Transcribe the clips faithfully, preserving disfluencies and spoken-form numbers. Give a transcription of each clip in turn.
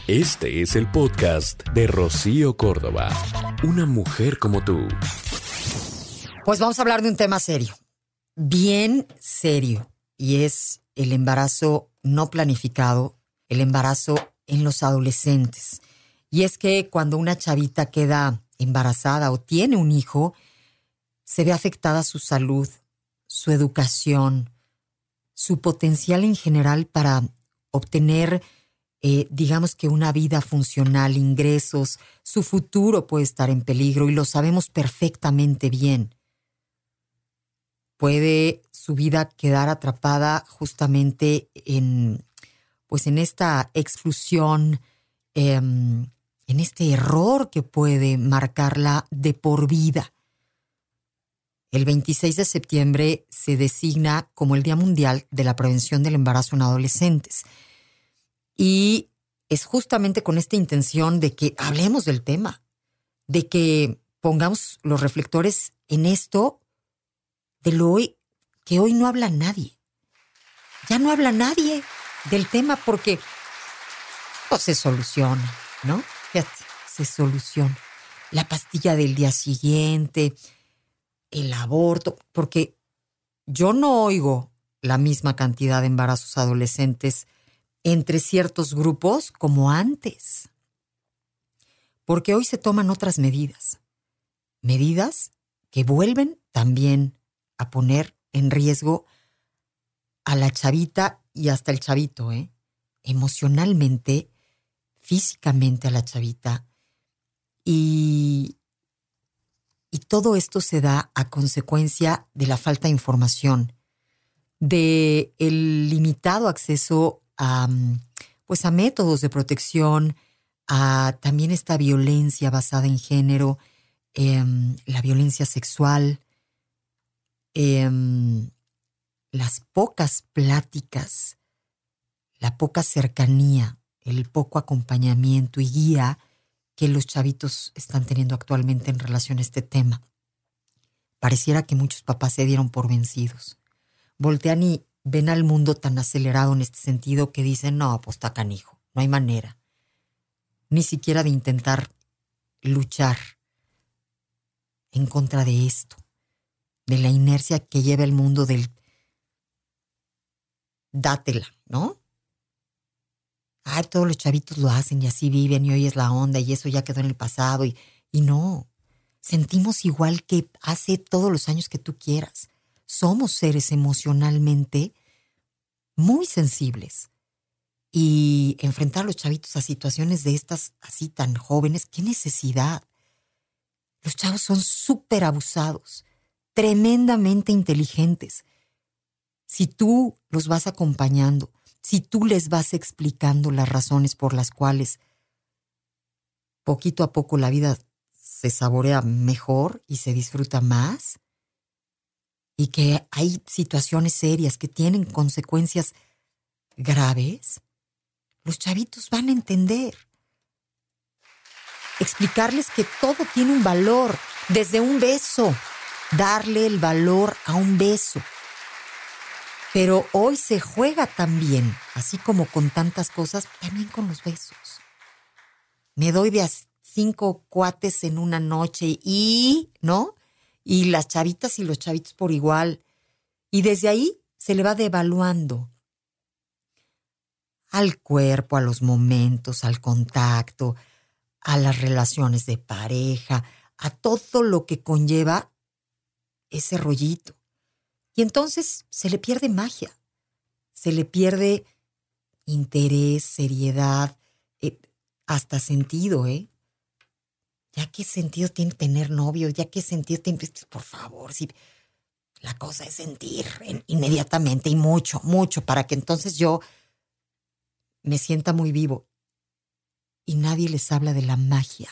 Este es el podcast de Rocío Córdoba, una mujer como tú. Pues vamos a hablar de un tema serio, bien serio, y es el embarazo no planificado, el embarazo en los adolescentes. Y es que cuando una chavita queda embarazada o tiene un hijo, se ve afectada su salud, su educación, su potencial en general para obtener, eh, digamos que una vida funcional, ingresos. Su futuro puede estar en peligro y lo sabemos perfectamente bien. Puede su vida quedar atrapada justamente en, pues en esta exclusión, eh, en este error que puede marcarla de por vida. El veintiséis de septiembre se designa como el Día Mundial de la Prevención del Embarazo en Adolescentes. Y es justamente con esta intención de que hablemos del tema, de que pongamos los reflectores en esto de lo hoy, que hoy no habla nadie. Ya no habla nadie del tema porque pues, se soluciona, ¿no? Fíjate, se soluciona. La pastilla del día siguiente, el aborto, porque yo no oigo la misma cantidad de embarazos adolescentes entre ciertos grupos como antes. Porque hoy se toman otras medidas. Medidas que vuelven también a poner en riesgo a la chavita y hasta el chavito, ¿eh? Emocionalmente, físicamente a la chavita. Y, y todo esto se da a consecuencia de la falta de información, de el limitado acceso a, pues a métodos de protección, a también esta violencia basada en género, eh, la violencia sexual, eh, las pocas pláticas, la poca cercanía, el poco acompañamiento y guía que los chavitos están teniendo actualmente en relación a este tema. Pareciera que muchos papás se dieron por vencidos. Voltean y ven al mundo tan acelerado en este sentido que dicen, no, pues está canijo, no hay manera. Ni siquiera de intentar luchar en contra de esto, de la inercia que lleva el mundo del dátela, ¿no? Ay, todos los chavitos lo hacen y así viven y hoy es la onda y eso ya quedó en el pasado y, y no, sentimos igual que hace todos los años que tú quieras. Somos seres emocionalmente muy sensibles y enfrentar a los chavitos a situaciones de estas así tan jóvenes, ¿qué necesidad? Los chavos son súper abusados, tremendamente inteligentes. Si tú los vas acompañando, si tú les vas explicando las razones por las cuales poquito a poco la vida se saborea mejor y se disfruta más, y que hay situaciones serias que tienen consecuencias graves, los chavitos van a entender. Explicarles que todo tiene un valor, desde un beso, darle el valor a un beso. Pero hoy se juega también, así como con tantas cosas, también con los besos. Me doy de a cinco cuates en una noche y, ¿no? Y las chavitas y los chavitos por igual. Y desde ahí se le va devaluando al cuerpo, a los momentos, al contacto, a las relaciones de pareja, a todo lo que conlleva ese rollito. Y entonces se le pierde magia, se le pierde interés, seriedad, eh, hasta sentido, ¿eh? ¿Ya qué sentido tiene tener novio? ¿Ya qué sentido tiene? Por favor, si la cosa es sentir inmediatamente y mucho, mucho, para que entonces yo me sienta muy vivo. Y nadie les habla de la magia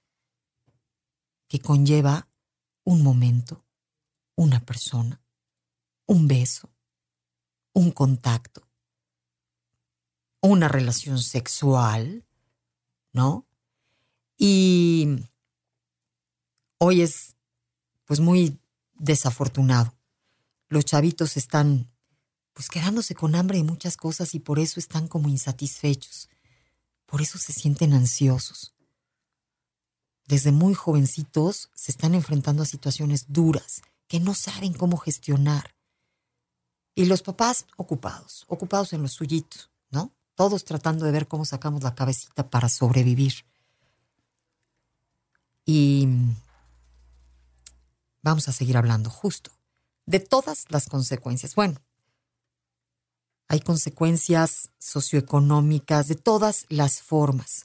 que conlleva un momento, una persona, un beso, un contacto, una relación sexual, ¿no? Y hoy es pues muy desafortunado. Los chavitos están pues quedándose con hambre de muchas cosas y por eso están como insatisfechos. Por eso se sienten ansiosos. Desde muy jovencitos se están enfrentando a situaciones duras que no saben cómo gestionar. Y los papás ocupados, ocupados en los suyitos, ¿no? Todos tratando de ver cómo sacamos la cabecita para sobrevivir. Y vamos a seguir hablando justo de todas las consecuencias. Bueno, hay consecuencias socioeconómicas de todas las formas.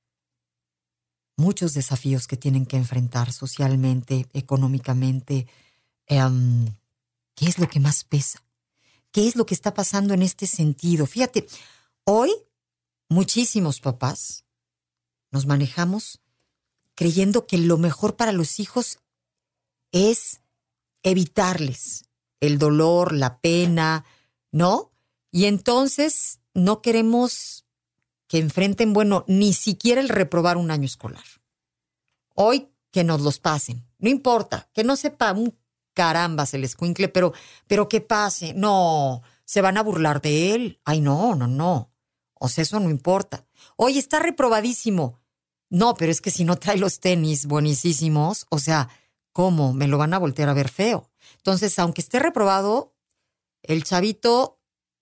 Muchos desafíos que tienen que enfrentar socialmente, económicamente. Um, ¿Qué es lo que más pesa? ¿Qué es lo que está pasando en este sentido? Fíjate, hoy muchísimos papás nos manejamos creyendo que lo mejor para los hijos es evitarles el dolor, la pena, ¿no? Y entonces no queremos que enfrenten, bueno, ni siquiera el reprobar un año escolar. Hoy que nos los pasen, no importa, que no sepa un caramba el escuincle, pero, pero que pase. No, se van a burlar de él. Ay, no, no, no. O sea, eso no importa. Oye, está reprobadísimo. No, pero es que si no trae los tenis buenísimos, o sea, ¿cómo? Me lo van a voltear a ver feo. Entonces, aunque esté reprobado, el chavito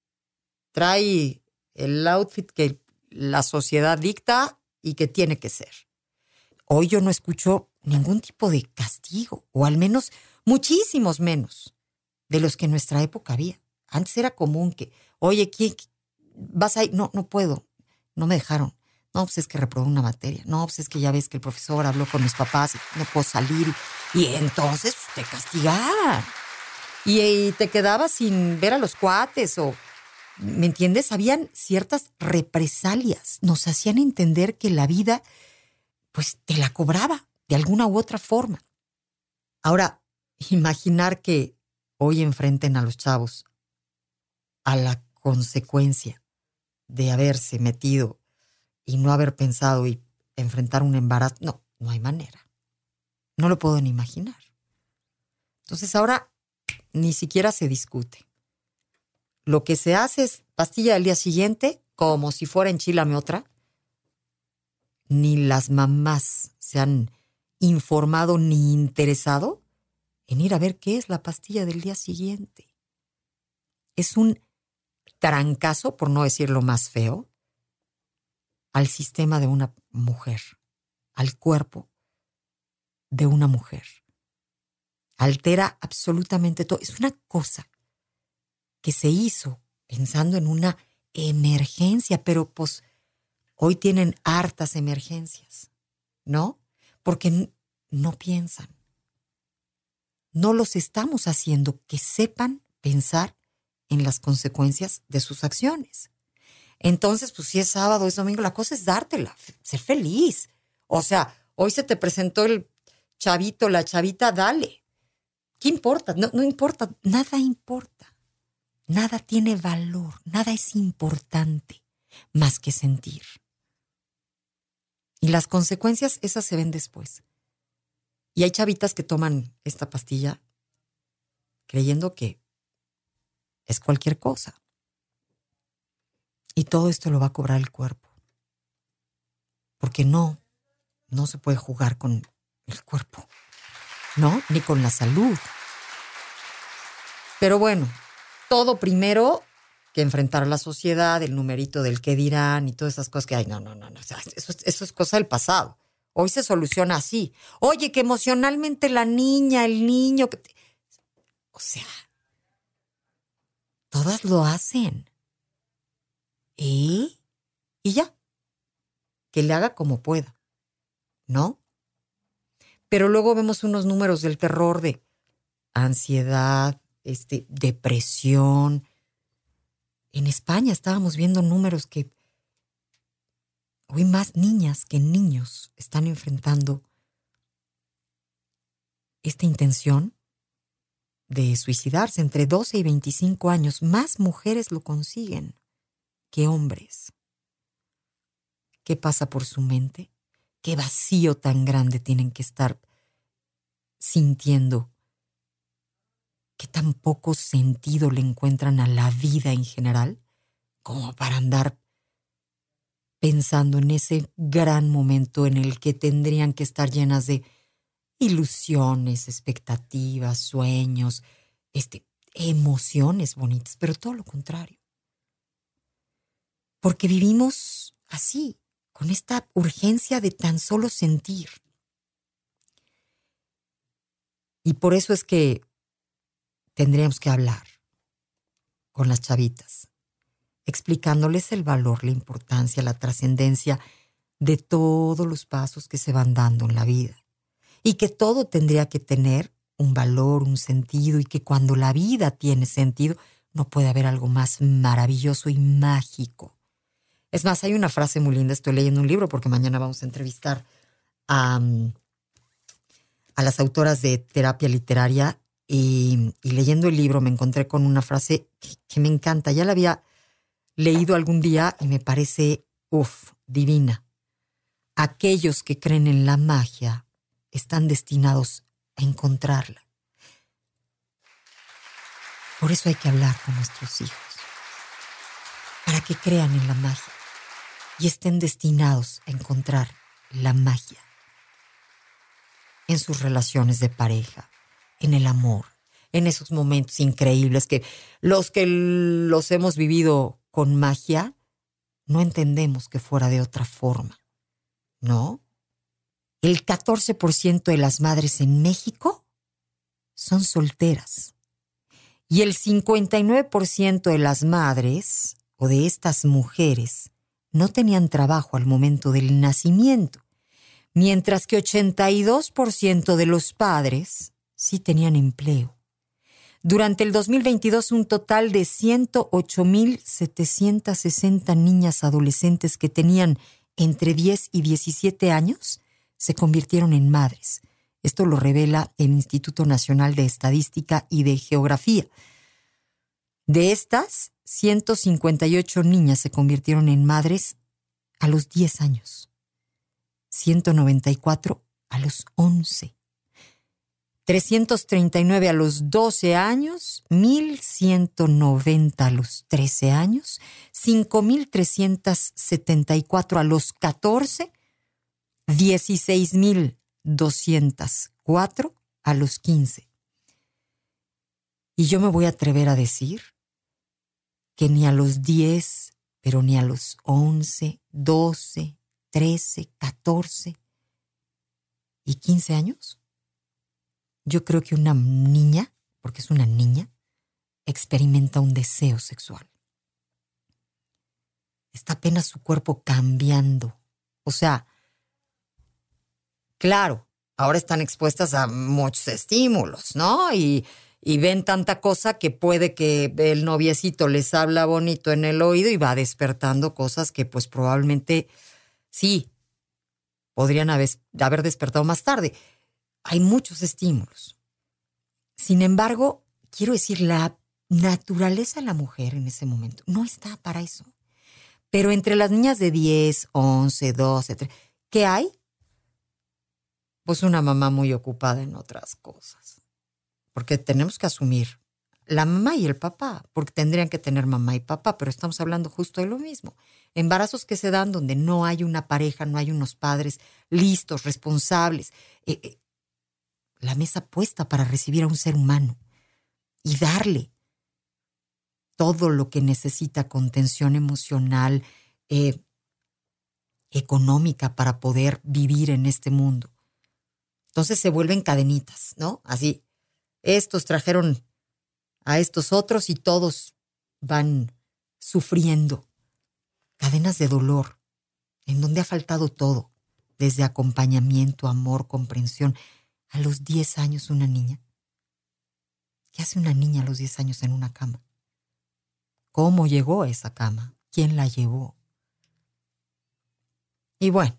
trae el outfit que la sociedad dicta y que tiene que ser. Hoy yo no escucho ningún tipo de castigo, o al menos muchísimos menos de los que en nuestra época había. Antes era común que, oye, ¿quién vas a ir? No, no puedo, no me dejaron. No, pues es que reprobé una materia. No, pues es que ya ves que el profesor habló con mis papás y no puedo salir. Y entonces te castigaban. Y, y te quedabas sin ver a los cuates o, ¿me entiendes? Habían ciertas represalias. Nos hacían entender que la vida, pues, te la cobraba de alguna u otra forma. Ahora, imaginar que hoy enfrenten a los chavos a la consecuencia de haberse metido y no haber pensado y enfrentar un embarazo, no, no hay manera. No lo puedo ni imaginar. Entonces ahora ni siquiera se discute. Lo que se hace es pastilla del día siguiente, como si fuera enchilame otra. Ni las mamás se han informado ni interesado en ir a ver qué es la pastilla del día siguiente. Es un trancazo, por no decirlo más feo, al sistema de una mujer, al cuerpo de una mujer. Altera absolutamente todo. Es una cosa que se hizo pensando en una emergencia, pero pues hoy tienen hartas emergencias, ¿no? Porque no piensan. No los estamos haciendo que sepan pensar en las consecuencias de sus acciones. Entonces, pues si es sábado, es domingo, la cosa es dártela, ser feliz. O sea, hoy se te presentó el chavito, la chavita, dale. ¿Qué importa? No, no importa, nada importa. Nada tiene valor, nada es importante más que sentir. Y las consecuencias, esas se ven después. Y hay chavitas que toman esta pastilla creyendo que es cualquier cosa. Y todo esto lo va a cobrar el cuerpo. Porque no, no se puede jugar con el cuerpo, ¿no? Ni con la salud. Pero bueno, todo primero que enfrentar a la sociedad, el numerito del qué dirán y todas esas cosas que hay. No, no, no, no. O sea, eso, eso es cosa del pasado. Hoy se soluciona así. Oye, que emocionalmente la niña, el niño... Que te... O sea, todas lo hacen. ¿Y? Y ya. Que le haga como pueda, ¿no? Pero luego vemos unos números del terror de ansiedad, este, depresión. En España estábamos viendo números que hoy más niñas que niños están enfrentando esta intención de suicidarse. Entre doce y veinticinco años, más mujeres lo consiguen que hombres. ¿Qué pasa por su mente? ¿Qué vacío tan grande tienen que estar sintiendo? ¿Qué tan poco sentido le encuentran a la vida en general como para andar pensando en ese gran momento en el que tendrían que estar llenas de ilusiones, expectativas, sueños, este, emociones bonitas, pero todo lo contrario. Porque vivimos así, con esta urgencia de tan solo sentir. Y por eso es que tendríamos que hablar con las chavitas, explicándoles el valor, la importancia, la trascendencia de todos los pasos que se van dando en la vida. Y que todo tendría que tener un valor, un sentido, y que cuando la vida tiene sentido, no puede haber algo más maravilloso y mágico. Es más, hay una frase muy linda, estoy leyendo un libro porque mañana vamos a entrevistar a, a las autoras de terapia literaria y, y leyendo el libro me encontré con una frase que, que me encanta. Ya la había leído algún día y me parece, uff, divina. Aquellos que creen en la magia están destinados a encontrarla. Por eso hay que hablar con nuestros hijos, para que crean en la magia y estén destinados a encontrar la magia en sus relaciones de pareja, en el amor, en esos momentos increíbles que los que los hemos vivido con magia no entendemos que fuera de otra forma, ¿no? El catorce por ciento de las madres en México son solteras y el cincuenta y nueve por ciento de las madres o de estas mujeres no tenían trabajo al momento del nacimiento, mientras que ochenta y dos por ciento de los padres sí tenían empleo. Durante el dos mil veintidós, un total de ciento ocho mil setecientas sesenta niñas adolescentes que tenían entre diez y diecisiete años se convirtieron en madres. Esto lo revela el Instituto Nacional de Estadística y de Geografía. De estas, ciento cincuenta y ocho niñas se convirtieron en madres a los diez años, ciento noventa y cuatro a los once, trescientos treinta y nueve a los doce años, mil ciento noventa a los trece años, cinco mil trescientos setenta y cuatro a los catorce, dieciséis mil doscientos cuatro a los quince. Y yo me voy a atrever a decir que ni a los diez, pero ni a los once, doce, trece, catorce y quince años, yo creo que una niña, porque es una niña, experimenta un deseo sexual. Está apenas su cuerpo cambiando. O sea, claro, ahora están expuestas a muchos estímulos, ¿no? Y, y ven tanta cosa que puede que el noviecito les habla bonito en el oído y va despertando cosas que pues probablemente sí podrían haber, haber despertado más tarde. Hay muchos estímulos. Sin embargo, quiero decir, la naturaleza de la mujer en ese momento no está para eso. Pero entre las niñas de diez, once, doce, trece, ¿qué hay? Pues una mamá muy ocupada en otras cosas. Porque tenemos que asumir la mamá y el papá, porque tendrían que tener mamá y papá, pero estamos hablando justo de lo mismo. Embarazos que se dan donde no hay una pareja, no hay unos padres listos, responsables. Eh, eh, la mesa puesta para recibir a un ser humano y darle todo lo que necesita, contención emocional, eh, económica, para poder vivir en este mundo. Entonces se vuelven cadenitas, ¿no? Así, estos trajeron a estos otros y todos van sufriendo. Cadenas de dolor, en donde ha faltado todo, desde acompañamiento, amor, comprensión. A los diez años una niña. ¿Qué hace una niña a los diez años en una cama? ¿Cómo llegó a esa cama? ¿Quién la llevó? Y bueno,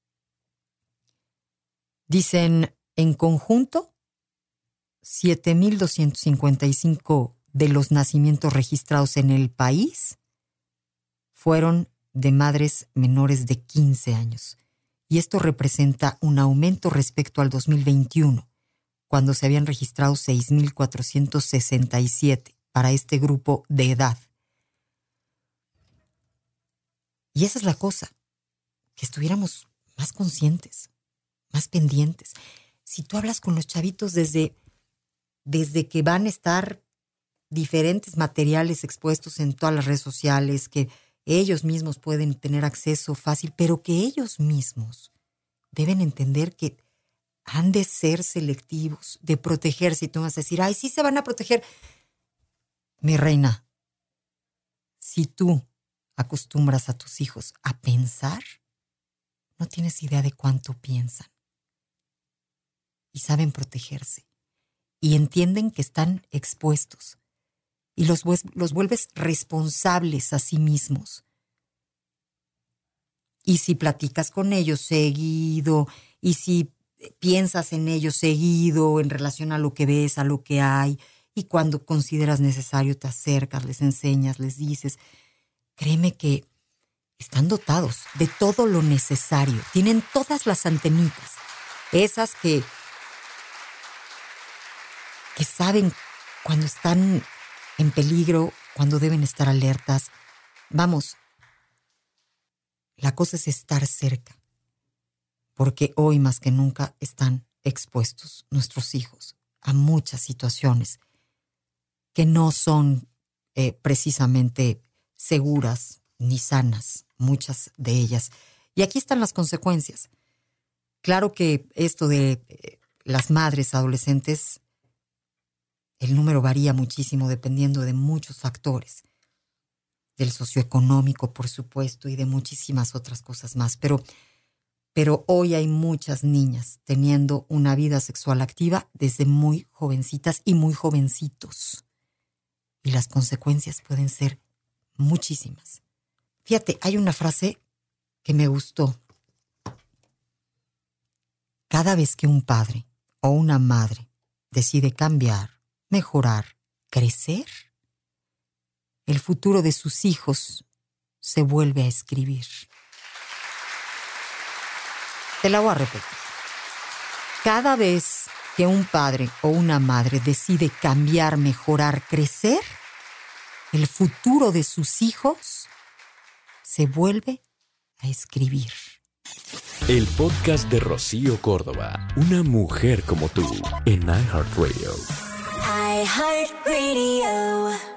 dicen en conjunto, siete mil doscientos cincuenta y cinco de los nacimientos registrados en el país fueron de madres menores de quince años. Y esto representa un aumento respecto al dos mil veintiuno, cuando se habían registrado seis mil cuatrocientos sesenta y siete para este grupo de edad. Y esa es la cosa. que estuviéramos más conscientes, más pendientes. Si tú hablas con los chavitos desde, desde que van a estar diferentes materiales expuestos en todas las redes sociales, que ellos mismos pueden tener acceso fácil, pero que ellos mismos deben entender que han de ser selectivos, de protegerse. Y tú vas a decir, ay, sí se van a proteger. Mi reina, si tú acostumbras a tus hijos a pensar, no tienes idea de cuánto piensan. Y saben protegerse. Y entienden que están expuestos. Y los, los vuelves responsables a sí mismos. Y si platicas con ellos seguido, y si piensas en ellos seguido en relación a lo que ves, a lo que hay, y cuando consideras necesario te acercas, les enseñas, les dices, créeme que están dotados de todo lo necesario. Tienen todas las antenitas, esas que, que saben cuando están en peligro, cuando deben estar alertas. Vamos, la cosa es estar cerca, porque hoy más que nunca están expuestos nuestros hijos a muchas situaciones que no son eh, precisamente seguras ni sanas, muchas de ellas. Y aquí están las consecuencias. Claro que esto de eh, las madres adolescentes, el número varía muchísimo dependiendo de muchos factores, del socioeconómico, por supuesto, y de muchísimas otras cosas más. Pero, pero hoy hay muchas niñas teniendo una vida sexual activa desde muy jovencitas y muy jovencitos. Y las consecuencias pueden ser muchísimas. Fíjate, hay una frase que me gustó. Cada vez que un padre o una madre decide cambiar, mejorar, crecer, el futuro de sus hijos se vuelve a escribir. Te la voy a repetir. Cada vez que un padre o una madre decide cambiar, mejorar, crecer, el futuro de sus hijos se vuelve a escribir. El podcast de Rocío Córdoba, una mujer como tú, en iHeartRadio. iHeartRadio.